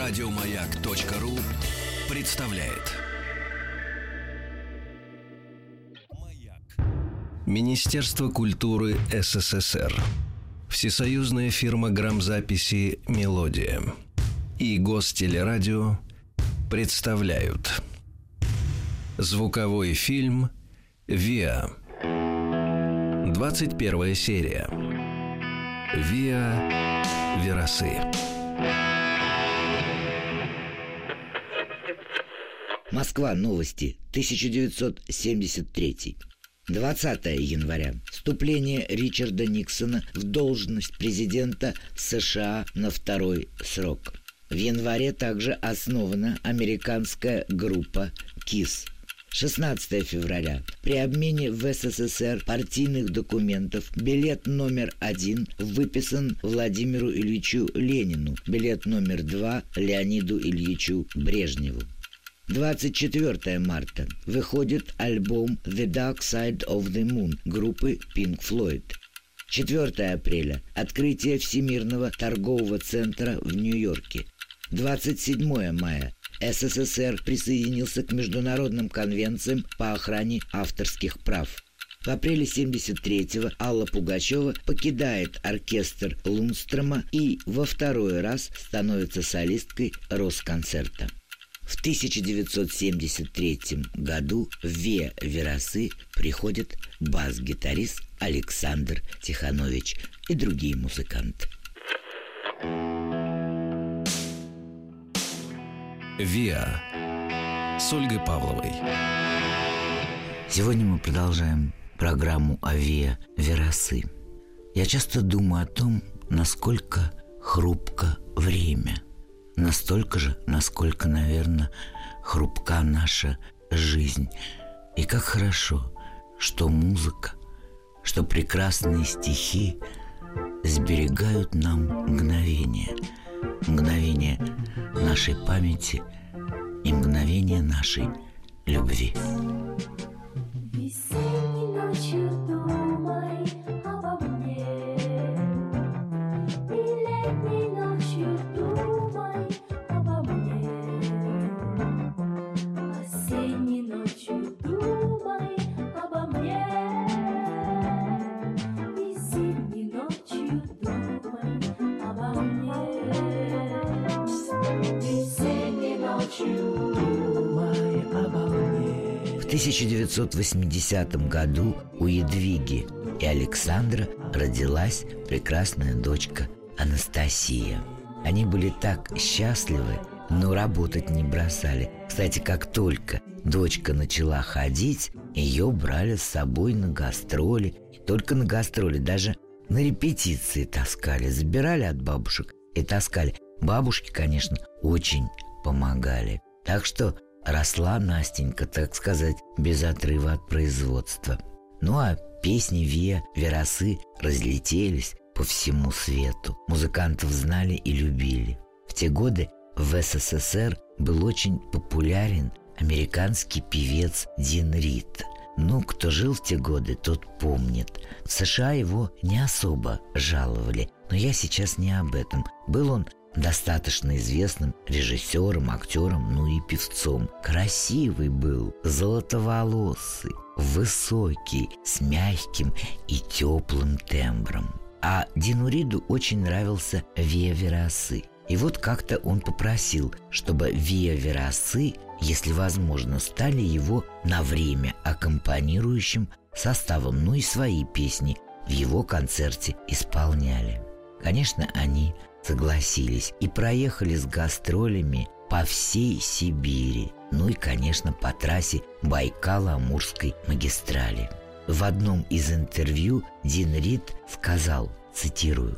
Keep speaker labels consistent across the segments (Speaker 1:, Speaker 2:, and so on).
Speaker 1: Радиомаяк.ру представляет. Министерство культуры СССР, Всесоюзная фирма грамзаписи «Мелодия» и Гостелерадио представляют звуковой фильм «Виа». 21 серия. «Виа Верасы».
Speaker 2: Москва. Новости. 1973. 20 января. Вступление Ричарда Никсона в должность президента США на второй срок. В январе также основана американская группа KISS. 16 февраля. При обмене в СССР партийных документов билет номер 1 выписан Владимиру Ильичу Ленину, билет номер 2 Леониду Ильичу Брежневу. 24 марта. Выходит альбом «The Dark Side of the Moon» группы Pink Floyd. 4 апреля. Открытие Всемирного торгового центра в Нью-Йорке. 27 мая. СССР присоединился к международным конвенциям по охране авторских прав. В апреле 1973-го Алла Пугачева покидает оркестр Лундстрома и во второй раз становится солисткой Росконцерта. В 1973 году в «Виа Верасы» приходит бас-гитарист Александр Тиханович и другие музыканты.
Speaker 1: «Виа» с Ольгой Павловой.
Speaker 2: Сегодня мы продолжаем программу о «Виа Верасы». Я часто думаю о том, насколько хрупко время. Настолько же, насколько, наверное, хрупка наша жизнь. И как хорошо, что музыка, что прекрасные стихи сберегают нам мгновения. Мгновения нашей памяти и мгновения нашей любви.
Speaker 3: Весенней ночью думай обо мне, и летней ночью думай обо мне, осенней ночью думай обо мне, и зимней ночью думай обо мне, весенней ночью думай обо мне.
Speaker 2: В 1980 году у Едвиги и Александра родилась прекрасная дочка Анастасия. Они были так счастливы, но работать не бросали. Кстати, как только дочка начала ходить, ее брали с собой на гастроли. Не только на гастроли, даже на репетиции таскали. Забирали от бабушек и таскали. Бабушки, конечно, очень помогали. Так что росла Настенька, так сказать, без отрыва от производства. Ну а песни «Виа Верасы» разлетелись по всему свету. Музыкантов знали и любили. В те годы в СССР был очень популярен американский певец Дин Рид. Ну, кто жил в те годы, тот помнит. В США его не особо жаловали, но я сейчас не об этом. Был он достаточно известным режиссером, актером, ну и певцом. Красивый был, золотоволосый, высокий, с мягким и теплым тембром. А Дину Риду очень нравился «Виа Верасы». И вот как-то он попросил, чтобы «Виа Верасы», если возможно, стали его на время аккомпанирующим составом, ну и свои песни в его концерте исполняли. Конечно, они согласились и проехали с гастролями по всей Сибири, ну и, конечно, по трассе Байкало-Амурской магистрали. В одном из интервью Дин Рид сказал, цитирую: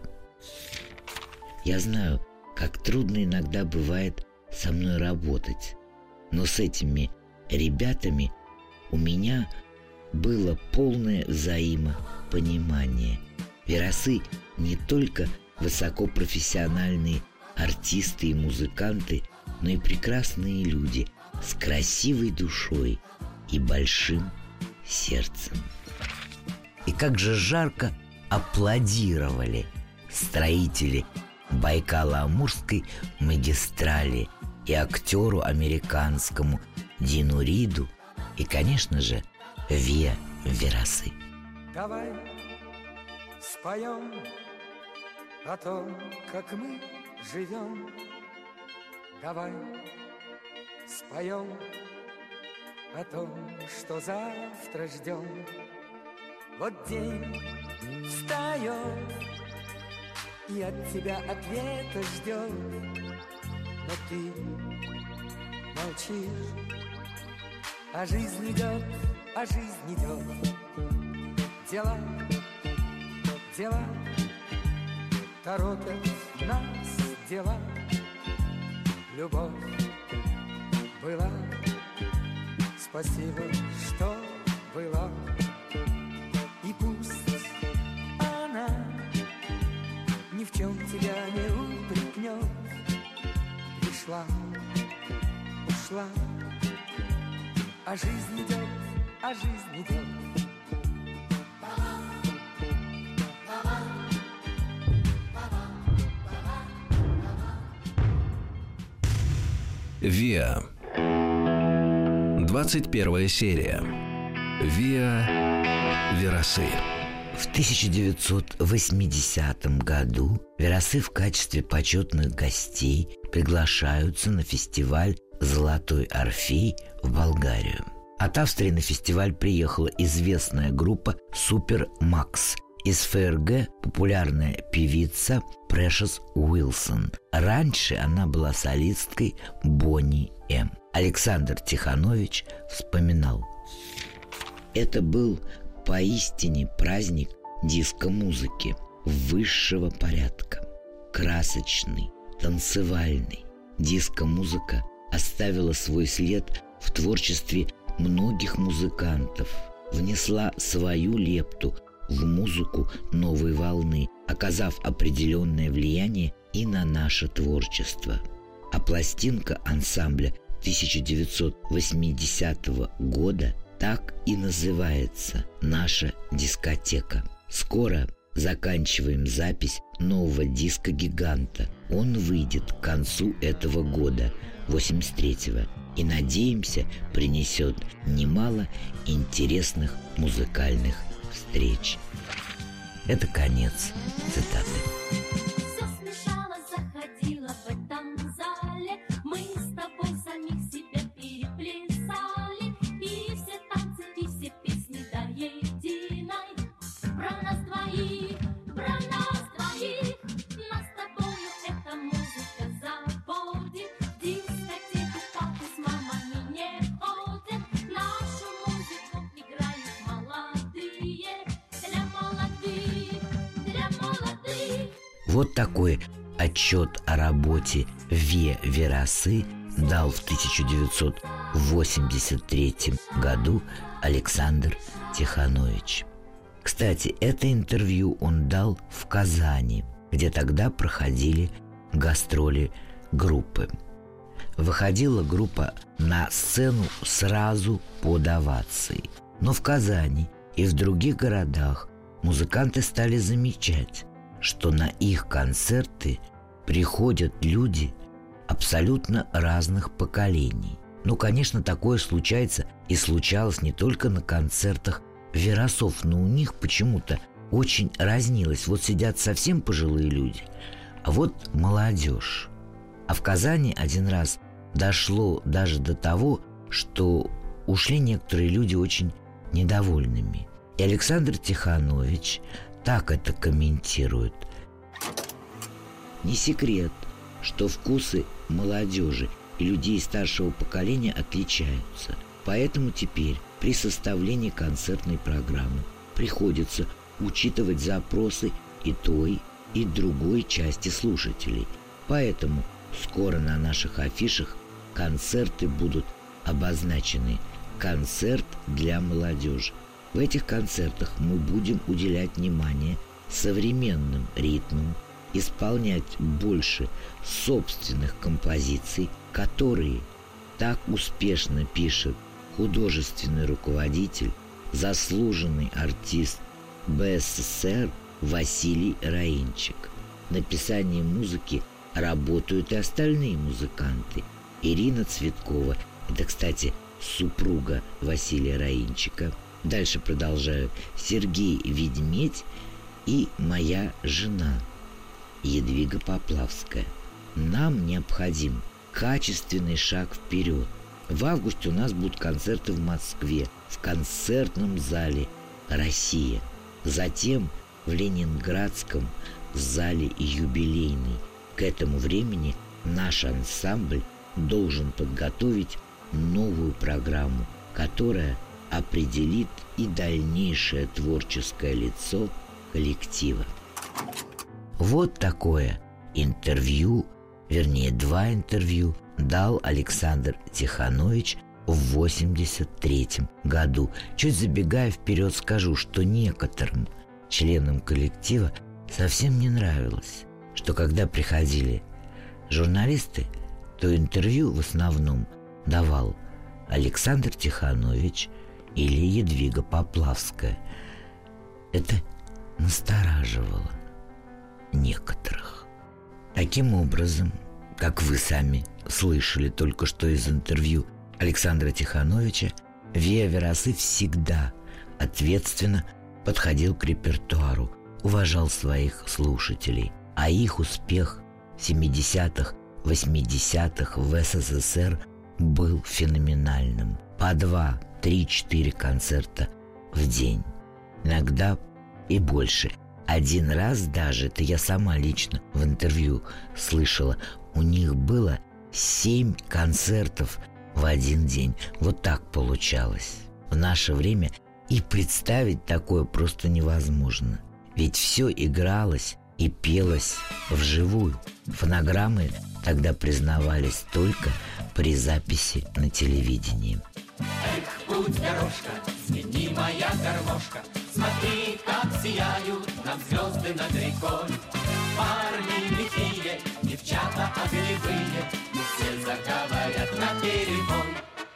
Speaker 2: «Я знаю, как трудно иногда бывает со мной работать, но с этими ребятами у меня было полное взаимопонимание. Верасы не только высокопрофессиональные артисты и музыканты, но и прекрасные люди с красивой душой и большим сердцем». И как же жарко аплодировали строители Байкало-Амурской магистрали и актеру американскому Дину Риду и, конечно же, Виа Верасы.
Speaker 4: Давай споем о том, как мы живем. Давай споем о том, что завтра ждем. Вот день встает и от тебя ответа ждет, но ты молчишь, а жизнь идет, а жизнь идет. Дела, дела, торопят нас дела. Любовь была, спасибо, что была. И пусть она ни в чем тебя не упрекнет. Пришла, ушла, а жизнь идет, а жизнь идет.
Speaker 1: Виа. 21 серия. Виа Верасы.
Speaker 2: В 1980 году Верасы в качестве почетных гостей приглашаются на фестиваль «Золотой Орфей» в Болгарию. От Австрии на фестиваль приехала известная группа «Супер Макс». Из ФРГ популярная певица Прэшес Уилсон. Раньше она была солисткой Бонни М. Александр Тиханович вспоминал: «Это был поистине праздник диско-музыки высшего порядка. Красочный, танцевальный. Диско-музыка оставила свой след в творчестве многих музыкантов, внесла свою лепту в музыку новой волны, оказав определенное влияние и на наше творчество». А пластинка ансамбля 1980 года так и называется «Наша дискотека». Скоро заканчиваем запись нового диска-гиганта. Он выйдет к концу этого года, 83-го, и, надеемся, принесет немало интересных музыкальных встреч. Это конец цитаты.
Speaker 3: Все смешалось, заходило в этом зале. Мы с тобой самих себя переплясали. И все танцы, и все песни до единой. Про нас двоих, про нас двоих. Нас с тобою эта музыка заводит. Дискотеку папы с мамами не ходят. Нашу музыку играют молодые. Для молодых, для молодых.
Speaker 2: Вот такой отчет о работе Виа Верасы дал в 1983 году Александр Тиханович. Кстати, это интервью он дал в Казани, где тогда проходили гастроли группы. Выходила группа на сцену сразу под овацией. Но в Казани и в других городах музыканты стали замечать, что на их концерты приходят люди абсолютно разных поколений. Ну, конечно, такое случается и случалось не только на концертах Верасов, но у них почему-то очень разнилось. Вот сидят совсем пожилые люди, а вот молодежь. А в Казани один раз дошло даже до того, что ушли некоторые люди очень недовольными. И Александр Тиханович так это комментирует: «Не секрет, что вкусы молодежи и людей старшего поколения отличаются. Поэтому теперь при составлении концертной программы приходится учитывать запросы и той, и другой части слушателей. Поэтому скоро на наших афишах концерты будут обозначены «Концерт для молодежи». В этих концертах мы будем уделять внимание современным ритмам, исполнять больше собственных композиций, которые так успешно пишет художественный руководитель, заслуженный артист БССР Василий Раинчик. написании музыки работают и остальные музыканты. Ирина Цветкова, это, кстати, супруга Василия Раинчика. Дальше продолжаю. Сергей Ведмедь и моя жена Едвига Поплавская. Нам необходим качественный шаг вперед. В августе у нас будут концерты в Москве, в концертном зале «Россия». Затем в Ленинградском зале «Юбилейный». К этому времени наш ансамбль должен подготовить новую программу, которая определит и дальнейшее творческое лицо коллектива. Вот такое интервью, вернее, 2 интервью дал Александр Тиханович в 1983 году. Чуть забегая вперед, скажу, что некоторым членам коллектива совсем не нравилось, что когда приходили журналисты, то интервью в основном давал Александр Тиханович или Едвига Поплавская. Это настораживало некоторых. Таким образом, как вы сами слышали только что из интервью Александра Тихановича, Виа Верасы всегда ответственно подходил к репертуару, уважал своих слушателей, а их успех в 70-х, 80-х в СССР был феноменальным. По 2, 3, 4 концерта в день. Иногда и больше. Один раз даже, это я сама лично в интервью слышала, у них было 7 концертов в один день. Вот так получалось. В наше время и представить такое просто невозможно. Ведь все игралось и пелось вживую. Фонограммы тогда признавались только при записи на телевидении.
Speaker 5: Эх, путь дорожка, смени моя гармошка, смотри, как сияют нам звезды над рекой. Парни лихие, девчата огневые, все заговорят наперебой.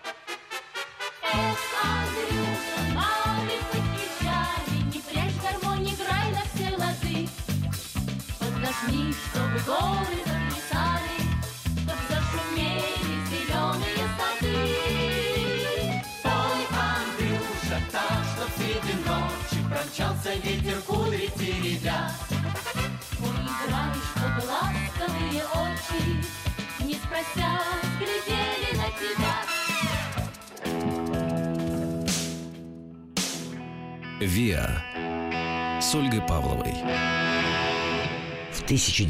Speaker 3: Эх, Андрюша, маме хоть печали, не прячь гармонь, играй на все лады. Поднажми, чтобы горы заплясали, чтоб зашумели зеленые сады.
Speaker 5: Пой, Андрюша, так, чтоб среди ночи промчался ветер кудри теребя.
Speaker 3: Пой, играй, чтобы ласковые очи, не спрося, глядели на тебя.
Speaker 1: ВИА с Ольгой Павловой.
Speaker 2: В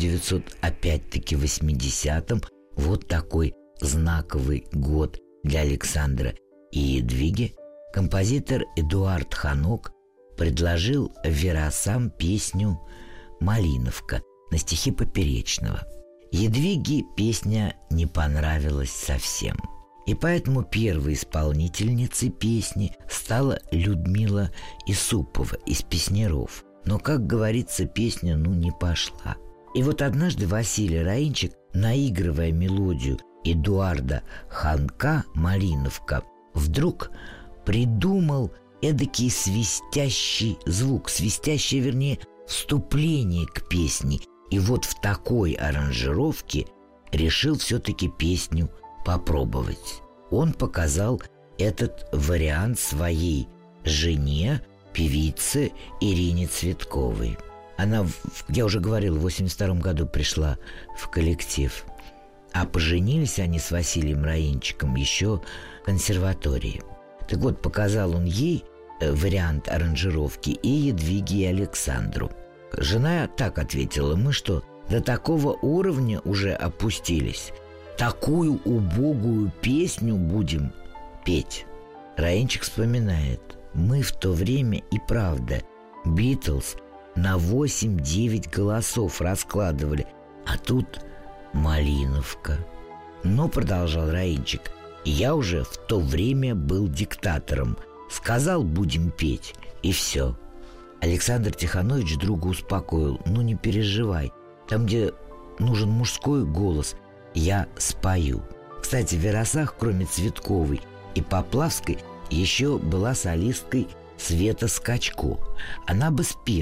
Speaker 2: 1980-м вот такой знаковый год для Александра и Едвиги, композитор Эдуард Ханок предложил Верасам песню «Малиновка» на стихи Поперечного. Едвиге песня не понравилась совсем. И поэтому первой исполнительницей песни стала Людмила Исупова из «Песняров». Но, как говорится, песня не пошла. И вот однажды Василий Раинчик, наигрывая мелодию Эдуарда Ханка «Малиновка», вдруг придумал эдакий свистящий звук, свистящее, вернее, вступление к песне. И вот в такой аранжировке решил все-таки песню попробовать. Он показал этот вариант своей жене, певице Ирине Цветковой. Она, я уже говорил, в 1982 году пришла в коллектив. А поженились они с Василием Раинчиком еще в консерватории. Так вот, показал он ей вариант аранжировки и Едвиге, и Александру. Жена так ответила: мы что, до такого уровня уже опустились? Такую убогую песню будем петь? Раинчик вспоминает: мы в то время и правда «Битлз» на 8-9 голосов раскладывали, а тут «Малиновка». Но, продолжал Раинчик, я уже в то время был диктатором. Сказал, будем петь, и все. Александр Тиханович друга успокоил: не переживай, там, где нужен мужской голос, я спою. Кстати, в Верасах, кроме Цветковой и Поплавской, еще была солисткой Света Скачко. Она бы спела,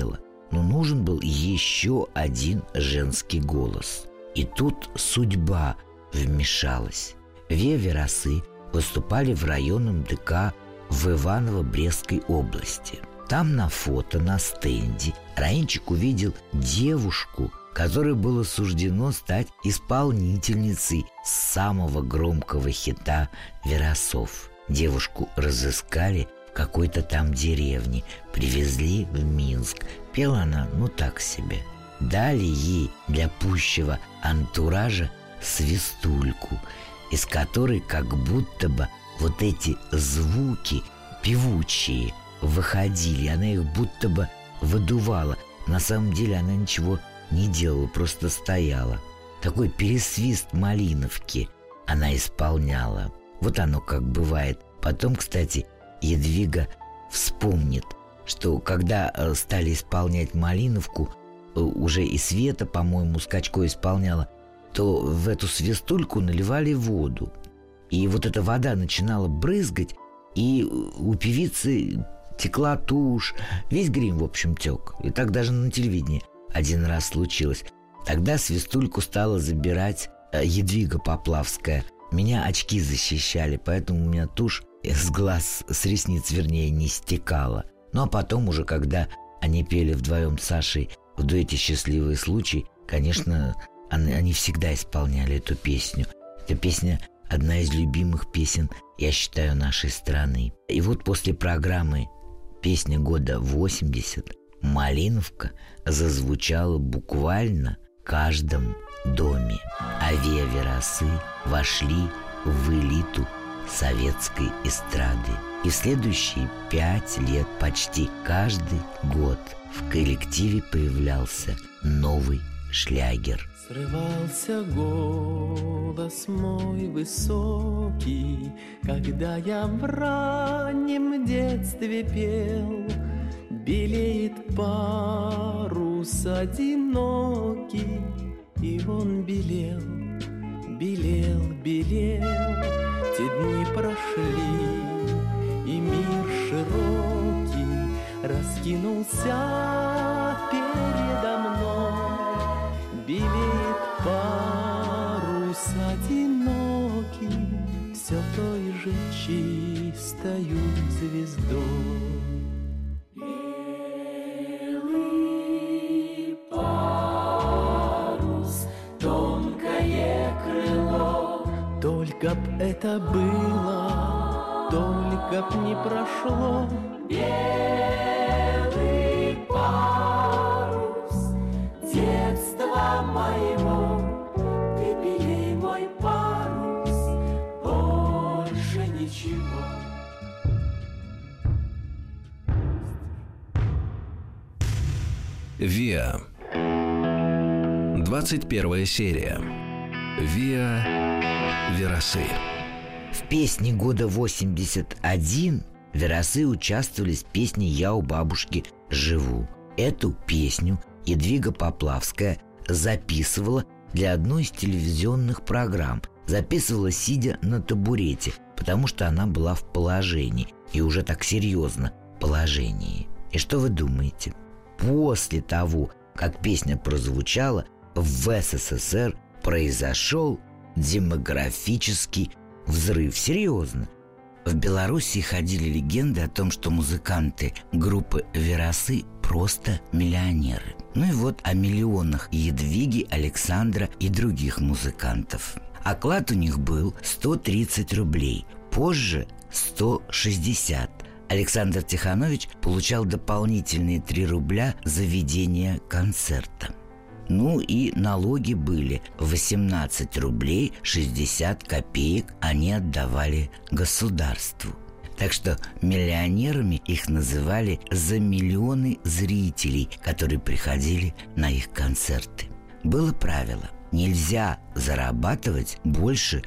Speaker 2: но нужен был еще один женский голос. И тут судьба вмешалась. Виа Верасы выступали в районном ДК в Иваново-Брестской области. Там на фото, на стенде, Раинчик увидел девушку, которой было суждено стать исполнительницей самого громкого хита Верасов. Девушку разыскали в какой-то там деревне, привезли в Минск. Пела она, так себе. Дали ей для пущего антуража свистульку, из которой как будто бы вот эти звуки певучие выходили. Она их будто бы выдувала. На самом деле она ничего не делала, просто стояла. Такой пересвист малиновки она исполняла. Вот оно как бывает. Потом, кстати, Едвига вспомнит, что когда стали исполнять малиновку, уже и Света, по-моему, Скачко исполняла, то в эту свистульку наливали воду. И вот эта вода начинала брызгать, и у певицы текла тушь. Весь грим, в общем, тек. И так даже на телевидении один раз случилось. Тогда свистульку стала забирать Едвига Поплавская. Меня очки защищали, поэтому у меня тушь с глаз, с ресниц, вернее, не стекала. Ну а потом уже, когда они пели вдвоем с Сашей в дуэте «Счастливый случай», конечно, они всегда исполняли эту песню. Эта песня – одна из любимых песен, я считаю, нашей страны. И вот после программы «Песня года 80» «Малиновка» зазвучала буквально в каждом доме. А Виа Верасы вошли в элиту советской эстрады. И в следующие 5 лет почти каждый год в коллективе появлялся новый шлягер.
Speaker 6: Срывался голос мой высокий, когда я в раннем детстве пел. Белеет парус одинокий, и он белел, белел, белел. Те дни прошли, и мир широкий раскинулся передо мной. Белеет парус одинокий, все той же чистою звездой. Белый парус, тонкое крыло. Только б это было, только б не прошло. Белый парус детства моего, ты белей мой парус, больше ничего.
Speaker 1: Виа. 21 серия. Виа Верасы.
Speaker 2: В песне года 81 Верасы участвовали с песней «Я у бабушки живу». Эту песню Едвига Поплавская записывала для одной из телевизионных программ. Записывала, сидя на табурете, потому что она была в положении. И уже так серьезно в положении. И что вы думаете? После того, как песня прозвучала, в СССР произошел демографический взрыв. Серьезно. В Белоруссии ходили легенды о том, что музыканты группы Верасы просто миллионеры. Ну и вот о миллионах Едвиги, Александра и других музыкантов. Оклад у них был 130 рублей, позже 160. Александр Тиханович получал дополнительные 3 рубля за ведение концерта. Ну и налоги были 18 рублей 60 копеек они отдавали государству. Так что миллионерами их называли за миллионы зрителей, которые приходили на их концерты. Было правило: нельзя зарабатывать больше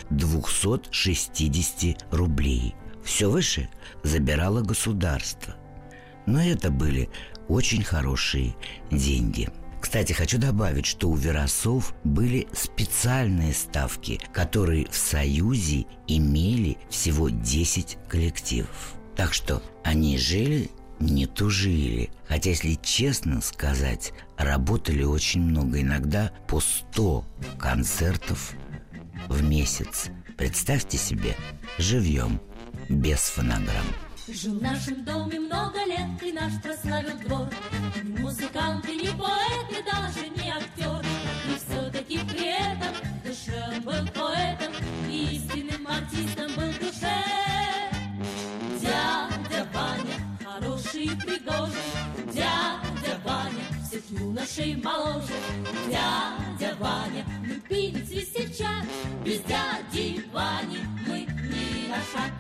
Speaker 2: 260 рублей. Все выше забирало государство. Но это были очень хорошие деньги. Кстати, хочу добавить, что у Верасов были специальные ставки, которые в Союзе имели всего 10 коллективов. Так что они жили не тужили. Хотя, если честно сказать, работали очень много, иногда по 100 концертов в месяц. Представьте себе, живьем, без фонограмм.
Speaker 3: Жил в нашем доме много лет, и наш прославил двор. Ни музыкант, и не поэт, и даже не актер. И все-таки при этом в душе он был поэтом, и истинным артистом был в душе. Дядя Ваня, хороший и пригожий, дядя Ваня, всех юношей моложе. Дядя Ваня, любимец весельчак, без дяди Вани мы ни на шаг.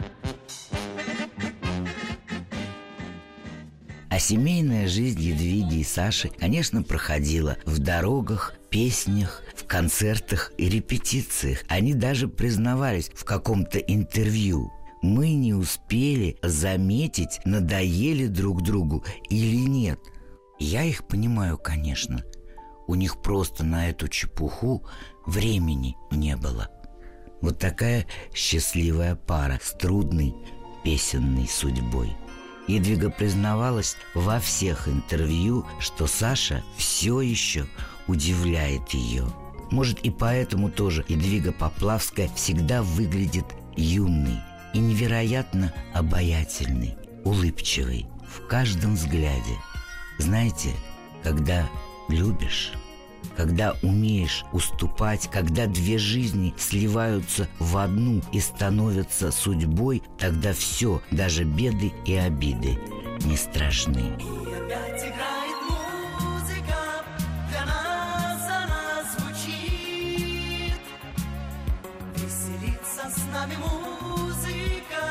Speaker 2: А семейная жизнь Едвиги и Саши, конечно, проходила в дорогах, песнях, в концертах и репетициях. Они даже признавались в каком-то интервью: мы не успели заметить, надоели друг другу или нет. Я их понимаю, конечно. У них просто на эту чепуху времени не было. Вот такая счастливая пара с трудной песенной судьбой. Едвига признавалась во всех интервью, что Саша все еще удивляет ее. Может, и поэтому тоже Едвига Поплавская всегда выглядит юной и невероятно обаятельной, улыбчивой в каждом взгляде. Знаете, когда любишь, когда умеешь уступать, когда две жизни сливаются в одну и становятся судьбой, тогда все, даже беды и обиды, не страшны.
Speaker 6: И опять играет музыка, для нас она звучит. Веселится с нами музыка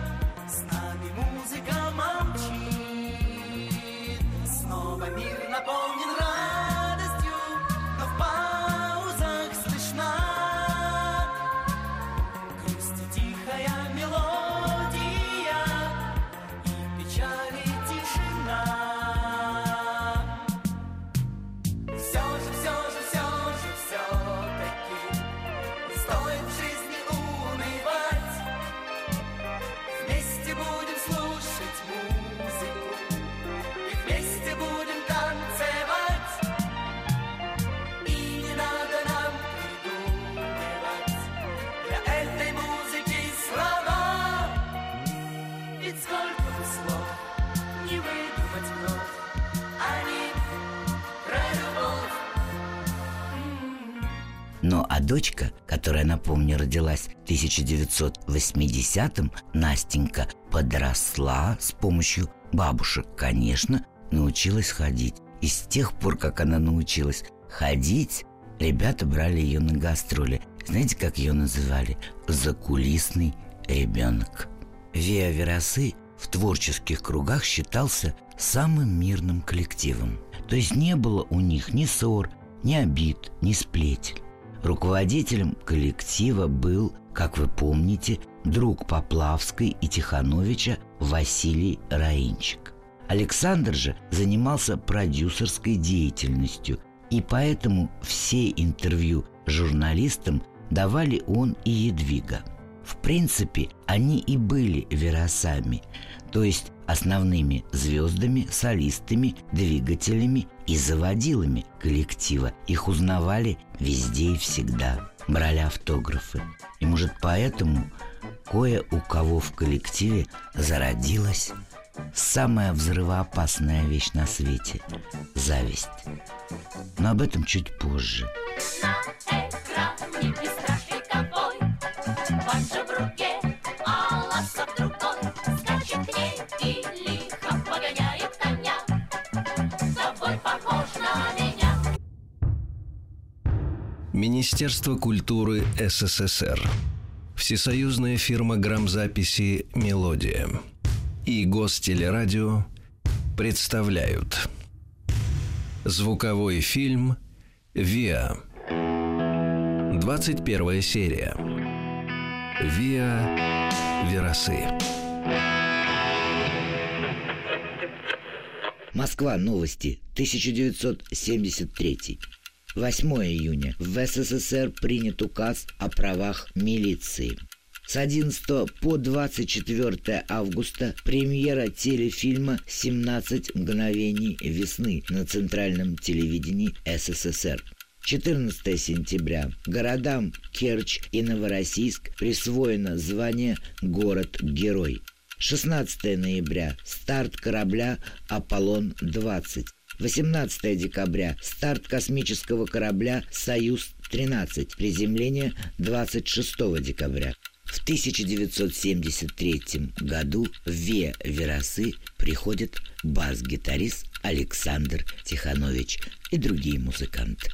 Speaker 6: молчит. Снова мир наполнен радостью, но в паузах слышна грусть и тихая мелодия, и печали тишина. Все-таки не стоит в жизни унывать. Вместе будем слушать музыку, и вместе будем танцевать. И не надо нам придумывать для этой музыки слова. Ведь сколько бы слов не выдумать вновь, они про любовь.
Speaker 2: Ну а дочка, которая, напомню, родилась в 1980-м, Настенька, подросла с помощью бабушек, конечно, научилась ходить. И с тех пор, как она научилась ходить, ребята брали ее на гастроли. Знаете, как ее называли? Закулисный ребенок. Виа Верасы в творческих кругах считался самым мирным коллективом. То есть не было у них ни ссор, ни обид, ни сплетен. Руководителем коллектива был, как вы помните, друг Поплавской и Тихановича Василий Раинчик. Александр же занимался продюсерской деятельностью, и поэтому все интервью журналистам давали он и Едвига. В принципе, они и были Верасами, то есть основными звездами, солистами, двигателями и заводилами коллектива. Их узнавали везде и всегда, брали автографы. И, может, поэтому кое у кого в коллективе зародилась самая взрывоопасная вещь на свете – зависть. Но об этом чуть позже.
Speaker 3: На экране бесстрашный ковбой, Баджа в руке, а лассо в другой, скачет к ней и лихо погоняет коня. Тобой похож на меня.
Speaker 1: Министерство культуры СССР, Всесоюзная фирма грамзаписи «Мелодия» и Гостелерадио представляют звуковой фильм «Виа». 21 серия. «Виа Верасы».
Speaker 2: Москва. Новости. 1973. 8 июня. В СССР принят указ о правах милиции. С 11 по 24 августа премьера телефильма «17 мгновений весны» на Центральном телевидении СССР. 14 сентября. Городам Керчь и Новороссийск присвоено звание «Город-герой». 16 ноября. Старт корабля «Аполлон-20». 18 декабря. Старт космического корабля «Союз-13». Приземление 26 декабря. В 1973 году в ВИА «Верасы» приходит бас-гитарист Александр Тиханович и другие музыканты.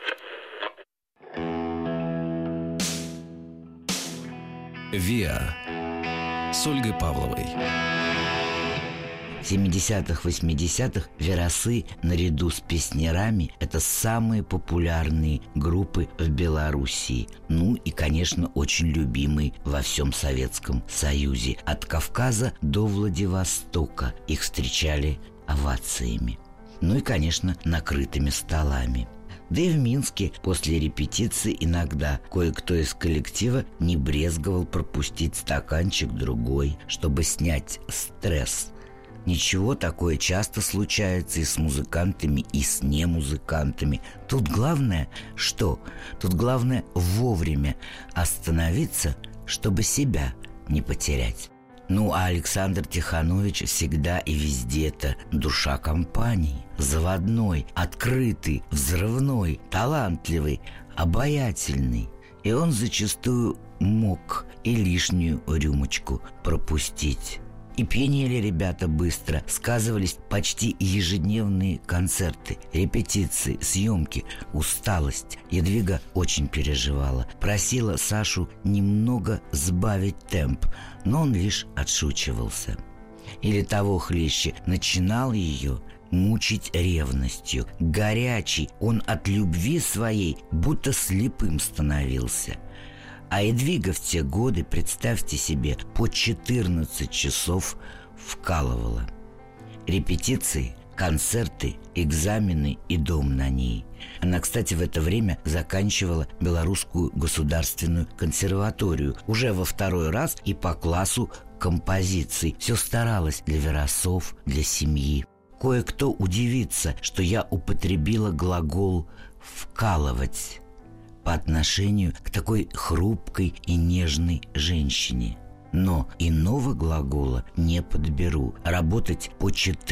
Speaker 1: ВИА с Ольгой Павловой.
Speaker 2: В 70-х, 80-х «Верасы» наряду с песнярами – это самые популярные группы в Белоруссии. Ну и, конечно, очень любимые во всем Советском Союзе. От Кавказа до Владивостока их встречали овациями. Ну и, конечно, накрытыми столами. Да и в Минске после репетиции иногда кое-кто из коллектива не брезговал пропустить стаканчик другой, чтобы снять стресс. Ничего, такое часто случается и с музыкантами, и с немузыкантами. Тут главное что? Тут главное вовремя остановиться, чтобы себя не потерять. Ну, а Александр Тиханович всегда и везде-то душа компании. Заводной, открытый, взрывной, талантливый, обаятельный. И он зачастую мог и лишнюю рюмочку пропустить. И пенили ребята быстро, сказывались почти ежедневные концерты, репетиции, съемки, усталость. Ядвига очень переживала, просила Сашу немного сбавить темп, но он лишь отшучивался. Или того хлеще, начинал ее мучить ревностью. Горячий, он от любви своей будто слепым становился. А Ядвига в те годы, представьте себе, по 14 часов вкалывала. Репетиции, концерты, экзамены и дом на ней. Она, кстати, в это время заканчивала Белорусскую государственную консерваторию уже во второй раз и по классу композиций. Все старалась для верасов, для семьи. Кое-кто удивится, что я употребила глагол «вкалывать» по отношению к такой хрупкой и нежной женщине. Но иного глагола не подберу. Работать по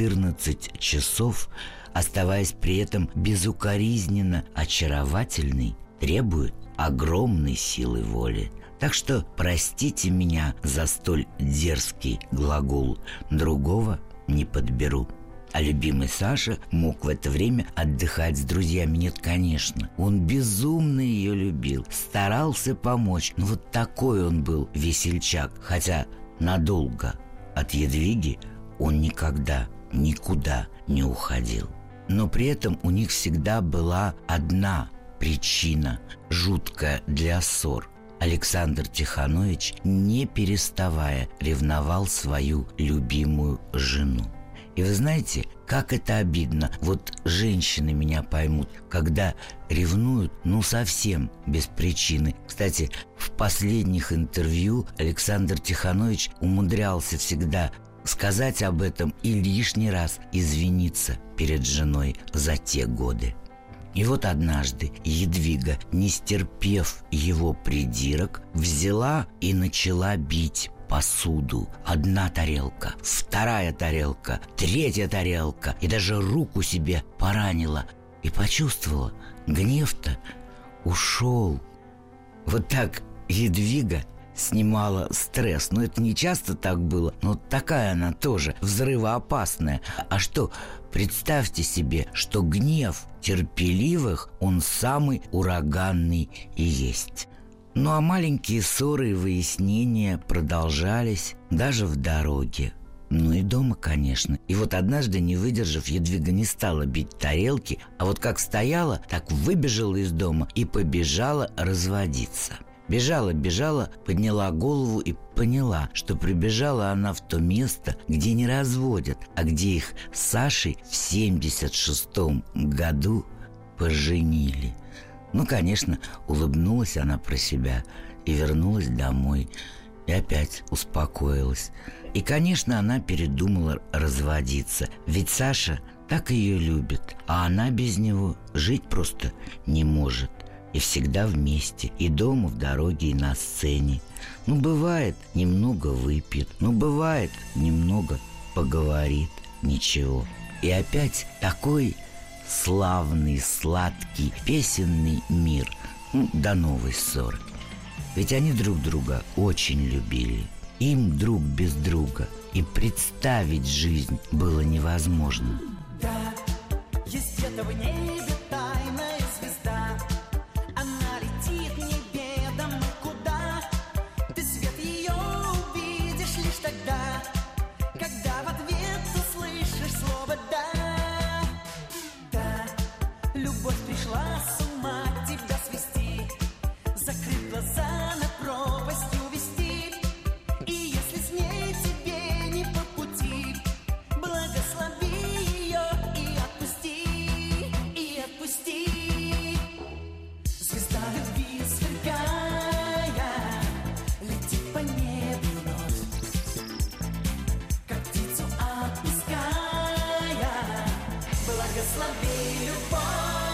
Speaker 2: 14 часов, оставаясь при этом безукоризненно очаровательной, требует огромной силы воли. Так что простите меня за столь дерзкий глагол, другого не подберу. А любимый Саша мог в это время отдыхать с друзьями. Нет, конечно. Он безумно ее любил, старался помочь. Но вот такой он был весельчак. Хотя надолго от Ядвиги он никогда, никуда не уходил. Но при этом у них всегда была одна причина, жуткая для ссор. Александр Тиханович, не переставая, ревновал свою любимую жену. И вы знаете, как это обидно. Вот женщины меня поймут, когда ревнуют, совсем без причины. Кстати, в последних интервью Александр Тиханович умудрялся всегда сказать об этом и лишний раз извиниться перед женой за те годы. И вот однажды Ядвига, не стерпев его придирок, взяла и начала бить посуду. Одна тарелка, вторая тарелка, третья тарелка, и даже руку себе поранила. И почувствовала, гнев-то ушел. Вот так Ядвига снимала стресс. Но это не часто так было, но такая она тоже взрывоопасная. А что, представьте себе, что гнев терпеливых, он самый ураганный и есть. Ну а маленькие ссоры и выяснения продолжались даже в дороге. Ну и дома, конечно. И вот однажды, не выдержав, Ядвига не стала бить тарелки, а вот как стояла, так выбежала из дома и побежала разводиться. Бежала, подняла голову и поняла, что прибежала она в то место, где не разводят, а где их с Сашей в 76-м году поженили. Ну, конечно, улыбнулась она про себя и вернулась домой. и опять успокоилась. И, конечно, она передумала разводиться, ведь Саша так ее любит, а она без него жить просто не может. И всегда вместе, и дома, в дороге, и на сцене. Ну, бывает, немного выпьет, ну, бывает, немного поговорит, ничего. И опять такой славный, сладкий, песенный мир, до новой ссоры. Ведь они друг друга очень любили. Им друг без друга и представить жизнь было невозможно.
Speaker 6: Да, есть где-то в небе тайная звезда. Она летит неведомо куда. Ты свет ее увидишь лишь тогда, когда в ответ услышишь слово «да». Да, любовь пришла с ума тебя свести, закрыть глаза, на пропасть увести. И если с ней тебе не по пути, благослови ее и отпусти, и отпусти. Звезда любви сверкая летит по небу вновь, как птицу отпуская, благослови любовь.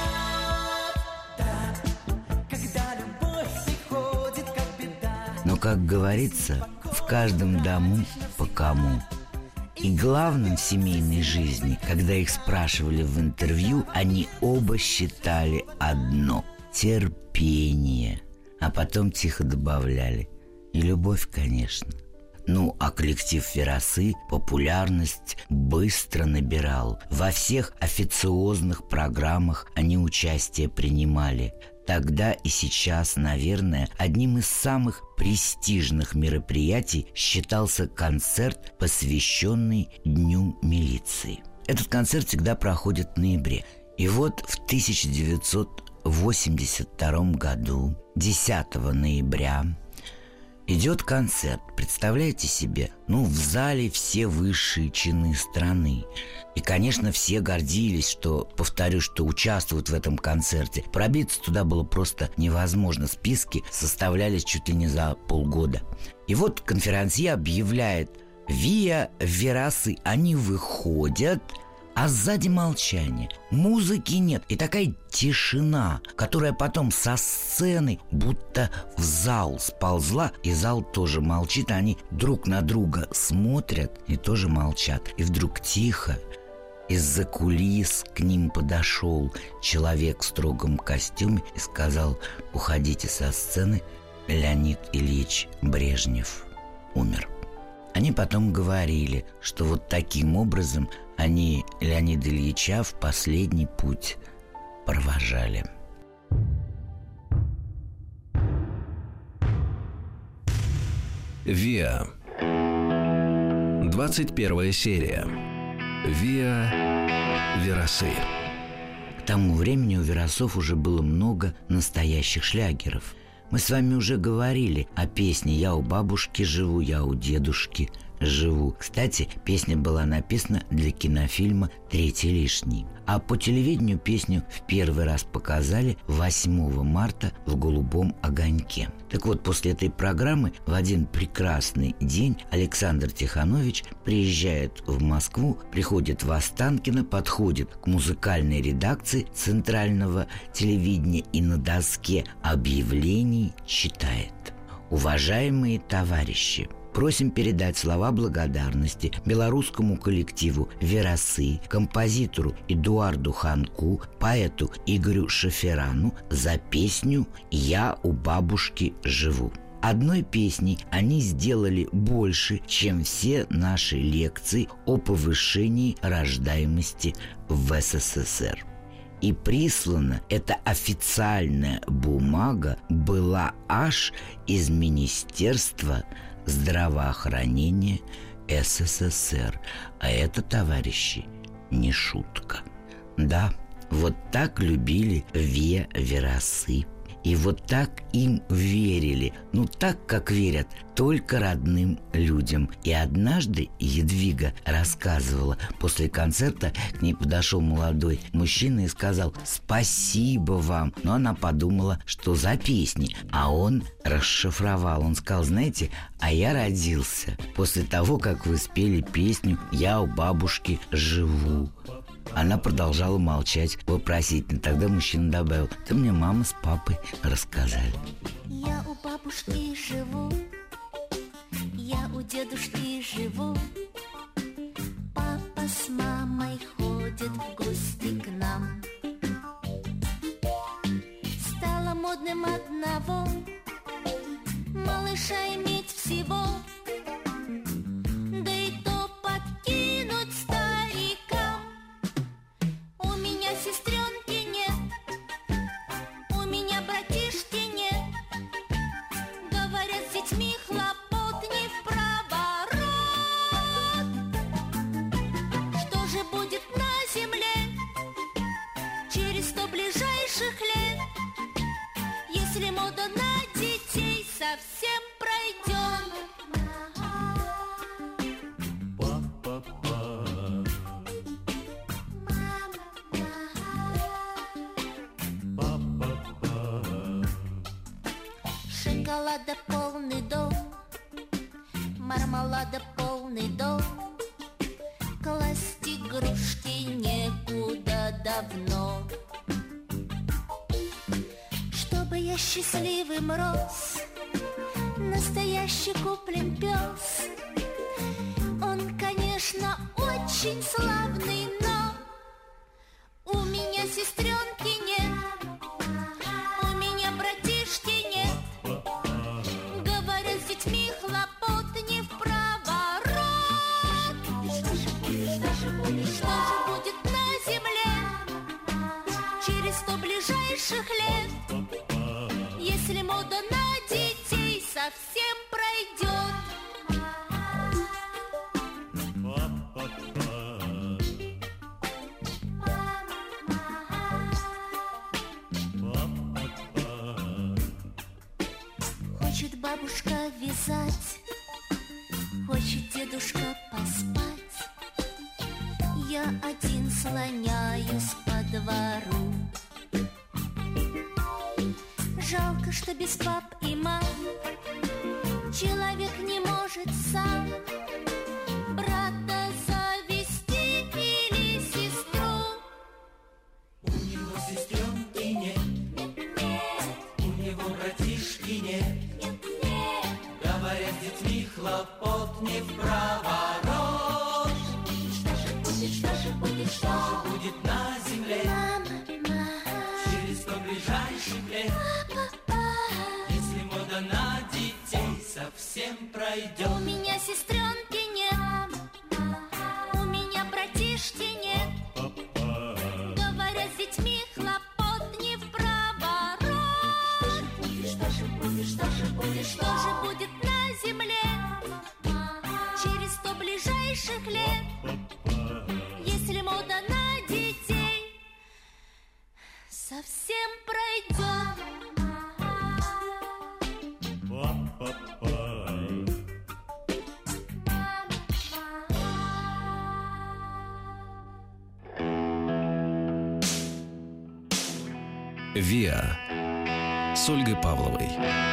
Speaker 6: Да, когда любовь приходит как беда.
Speaker 2: Но, как говорится, в каждом дому по кому. И главным в семейной жизни, когда их спрашивали в интервью, они оба считали одно – терпение. А потом тихо добавляли – и любовь, конечно. Ну, а коллектив «Верасы» популярность быстро набирал. Во всех официозных программах они участие принимали. Тогда и сейчас, наверное, одним из самых престижных мероприятий считался концерт, посвященный Дню милиции. Этот концерт всегда проходит в ноябре. И вот в 1982 году, 10 ноября, идет концерт, представляете себе? Ну, в зале все высшие чины страны. И, конечно, все гордились, что, повторю, что участвуют в этом концерте. Пробиться туда было просто невозможно. Списки составлялись чуть ли не за полгода. И вот конферансье объявляет: «Виа Верасы», они выходят, а сзади молчание, музыки нет. И такая тишина, которая потом со сцены будто в зал сползла, и зал тоже молчит. Они друг на друга смотрят и тоже молчат. И вдруг тихо из-за кулис к ним подошел человек в строгом костюме и сказал: «Уходите со сцены, Леонид Ильич Брежнев умер». Они потом говорили, что вот таким образом они Леонида Ильича в последний путь провожали.
Speaker 1: ВИА. 21 серия. ВИА Верасы.
Speaker 2: К тому времени у Верасов уже было много настоящих шлягеров. Мы с вами уже говорили о песне «Я у бабушки живу, я у дедушки живу». Кстати, песня была написана для кинофильма «Третий лишний». А по телевидению песню в первый раз показали 8 марта в «Голубом огоньке». Так вот, после этой программы в один прекрасный день Александр Тиханович приезжает в Москву, приходит в Останкино, подходит к музыкальной редакции центрального телевидения и на доске объявлений читает: «Уважаемые товарищи, просим передать слова благодарности белорусскому коллективу «Верасы», композитору Эдуарду Ханку, поэту Игорю Шаферану за песню «Я у бабушки живу». Одной песней они сделали больше, чем все наши лекции о повышении рождаемости в СССР. И прислана эта официальная бумага была аж из Министерства здравоохранения СССР. А это, товарищи, не шутка. Да, вот так любили ВИА Верасы. И вот так им верили. Ну, так, как верят только родным людям. И однажды Едвига рассказывала, после концерта к ней подошел молодой мужчина и сказал: «Спасибо вам». Но она подумала, что за песни. А он расшифровал. Он сказал: «Знаете, а я родился после того, как вы спели песню «Я у бабушки живу». Она продолжала молчать вопросительно. Тогда мужчина добавил: «Это мне мама с папой рассказали».
Speaker 7: Я у бабушки живу, я у дедушки живу. Папа с мамой ходят в гости к нам. Стало модным одного малыша иметь всего, да и то подкинуть старикам. У меня сестренки нет, у меня братишки нет. Говорят, с детьми хлопот не впроворот. Что же будет на земле через 100 ближайших лет, если мода на детей совсем пройдет? Шоколада полный дом, мармелада полный дом. Класть игрушки некуда давно. Чтобы я счастливым рос, настоящий куплен пес. Он, конечно, очень славный, но у меня сестренки нет, у меня братишки нет. Говорят, с детьми хлопот не впроворот. Что же будет на земле через 100 ближайших лет, если мода на детей совсем пройдет? Хочет бабушка вязать, хочет дедушка поспать. Я один слоняюсь по двору. Жалко, что без пап и мам человек не может сам брата завести или сестру.
Speaker 5: У него сестренки нет, у него братишки нет. Говорят, с детьми хлопот не впроворот. Что же будет на земле через 100 ближайших лет, если мода на детей совсем пройдет?
Speaker 7: У меня сестренки нет, у меня братишки нет. Говорят, с детьми хлопот не впроворот. Что же будет на земле через 100 ближайших лет, если мода на детей совсем пройдет?
Speaker 1: «Виа» с Ольгой Павловой.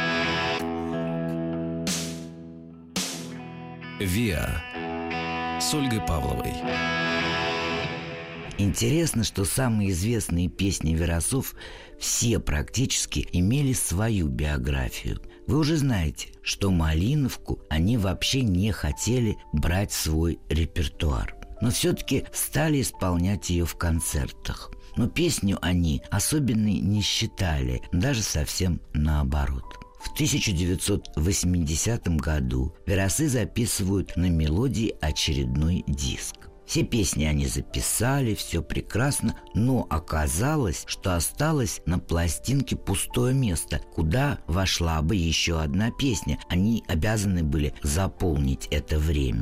Speaker 1: «Виа» с Ольгой Павловой.
Speaker 2: Интересно, что самые известные песни Верасов все практически имели свою биографию. Вы уже знаете, что «Малиновку» они вообще не хотели брать в свой репертуар, но все-таки стали исполнять ее в концертах. Но песню они особенной не считали, даже совсем наоборот. В 1980 году Верасы записывают на «Мелодии» очередной диск. Все песни они записали, все прекрасно, но оказалось, что осталось на пластинке пустое место, куда вошла бы еще одна песня. Они обязаны были заполнить это время.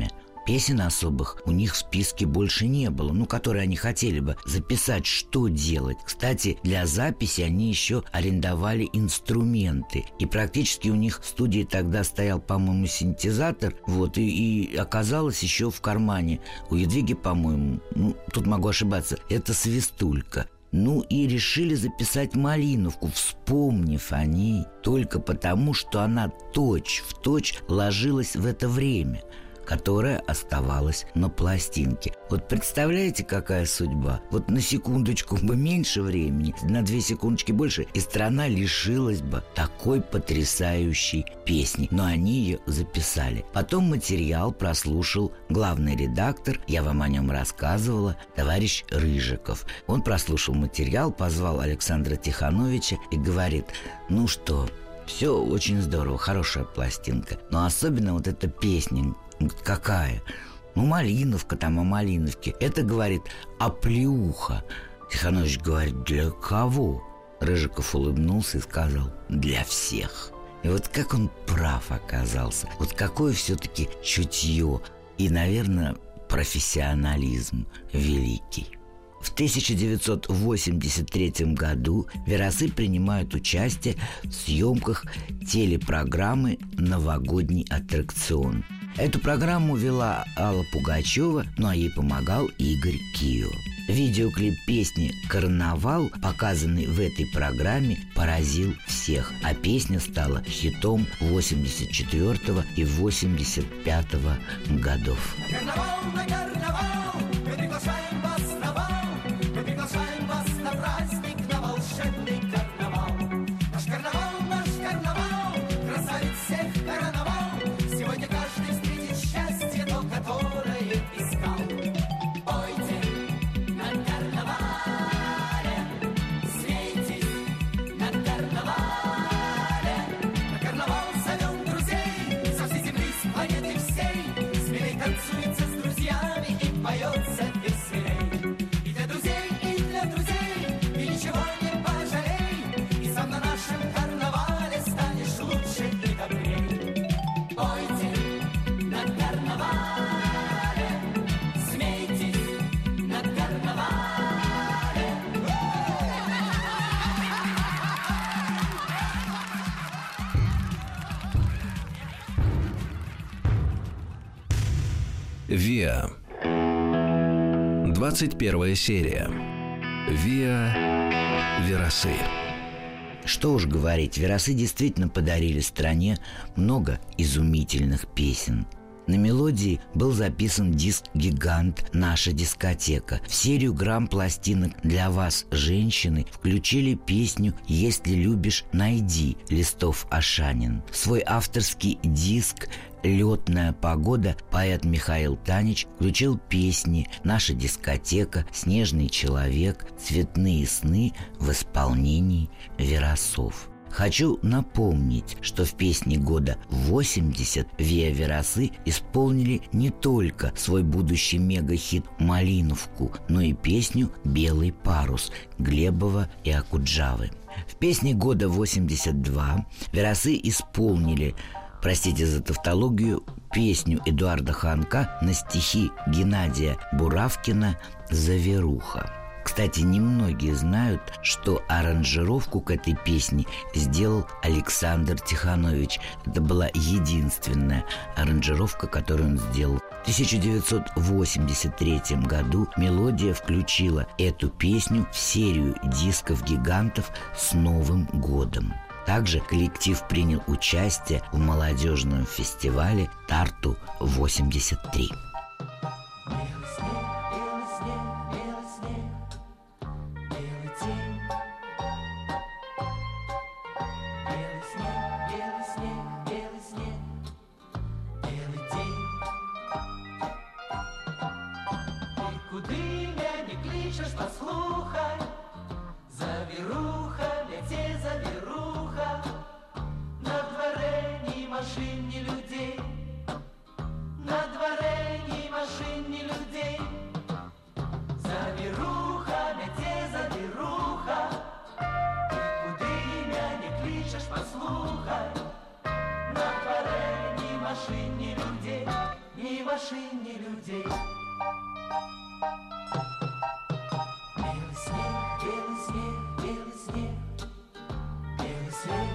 Speaker 2: Песен особых у них в списке больше не было, которые они хотели бы записать, что делать. Кстати, для записи они еще арендовали инструменты. И практически у них в студии тогда стоял, по-моему, синтезатор. И оказалось еще в кармане у Едвиги, по-моему, тут могу ошибаться, это свистулька. И решили записать «Малиновку», вспомнив о ней только потому, что она точь-в-точь ложилась в это время, которая оставалась на пластинке. Представляете, какая судьба? На секундочку бы меньше времени, на 2 секундочки больше, и страна лишилась бы такой потрясающей песни. Но они ее записали. Потом материал прослушал главный редактор, я вам о нем рассказывала, товарищ Рыжиков. Он прослушал материал, позвал Александра Тихановича и говорит: ну что, все очень здорово, хорошая пластинка, но особенно эта песня. Какая? Малиновка там о Малиновке. Это, говорит, оплеуха. Тиханович говорит: для кого? Рыжиков улыбнулся и сказал: для всех. И как он прав оказался. Какое все-таки чутье и, наверное, профессионализм великий. В 1983 году Верасы принимают участие в съемках телепрограммы «Новогодний аттракцион». Эту программу вела Алла Пугачева, а ей помогал Игорь Кио. Видеоклип песни «Карнавал», показанный в этой программе, поразил всех, а песня стала хитом 84 и 85 годов.
Speaker 6: Карнавал на карнавал, мы приглашаем вас на бал, мы приглашаем вас на праздник, на волшебный карнавал. Наш карнавал, красавец всех короновал. Сегодня каждый встретит счастье, то, которое искал. Пойте на карнавале, смейтесь на карнавале. На карнавал зовем друзей со всей земли, с планеты всей. Смелей танцуется с друзьями и поется веселей. И для друзей, и ничего не пожалей. И сам на нашем карнавале станешь лучше и добрей. Пойте на карнавале, смейтесь на карнавале.
Speaker 1: ВИА. 21 серия. ВИА Верасы.
Speaker 2: Что уж говорить, Верасы действительно подарили стране много изумительных песен. На «Мелодии» был записан диск-гигант «Наша дискотека». В серию грамм-пластинок «Для вас, женщины» включили песню «Если любишь, найди» Листов Ашанин. В свой авторский диск «Летная погода» поэт Михаил Танич включил песни «Наша дискотека», «Снежный человек», «Цветные сны» в исполнении Верасов. Хочу напомнить, что в песне года 80 ВИА Верасы исполнили не только свой будущий мегахит «Малиновку», но и песню «Белый парус» Глебова и Акуджавы. В песне года 82 Верасы исполнили, простите за тавтологию, песню Эдуарда Ханка на стихи Геннадия Буравкина «Заверуха». Кстати, немногие знают, что аранжировку к этой песне сделал Александр Тиханович. Это была единственная аранжировка, которую он сделал. В 1983 году «Мелодия» включила эту песню в серию дисков-гигантов с Новым годом. Также коллектив принял участие в молодежном фестивале «Тарту-83».
Speaker 5: Послухай, завіруха, ляце завіруха, на дворе ни машин, ни людей, на дворе ни след. Белый снег, белый снег, белый снег, белый след.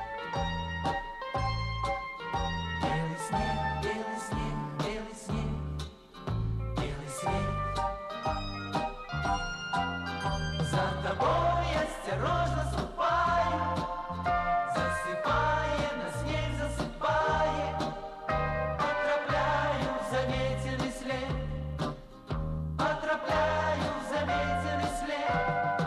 Speaker 5: Белый снег, белый снег, белый снег, белый след. За тобой осторожно ступаю, засыпая на снег, засыпая, отравляю заметенный след, отравляю заметенный след.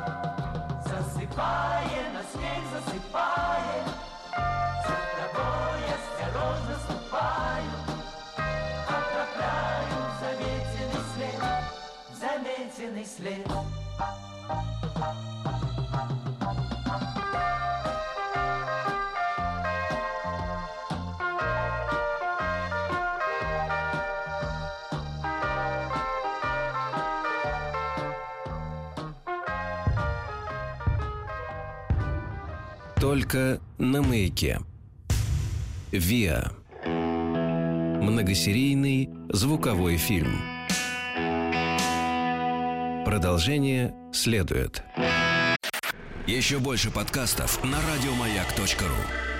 Speaker 5: Засыпая на снег, засыпая, за тобой осторожно ступаю, отравляю заметенный след, заметенный след.
Speaker 1: Только на Маяке. ВИА. Многосерийный звуковой фильм. Продолжение следует. Еще больше подкастов на радиомаяк.ру.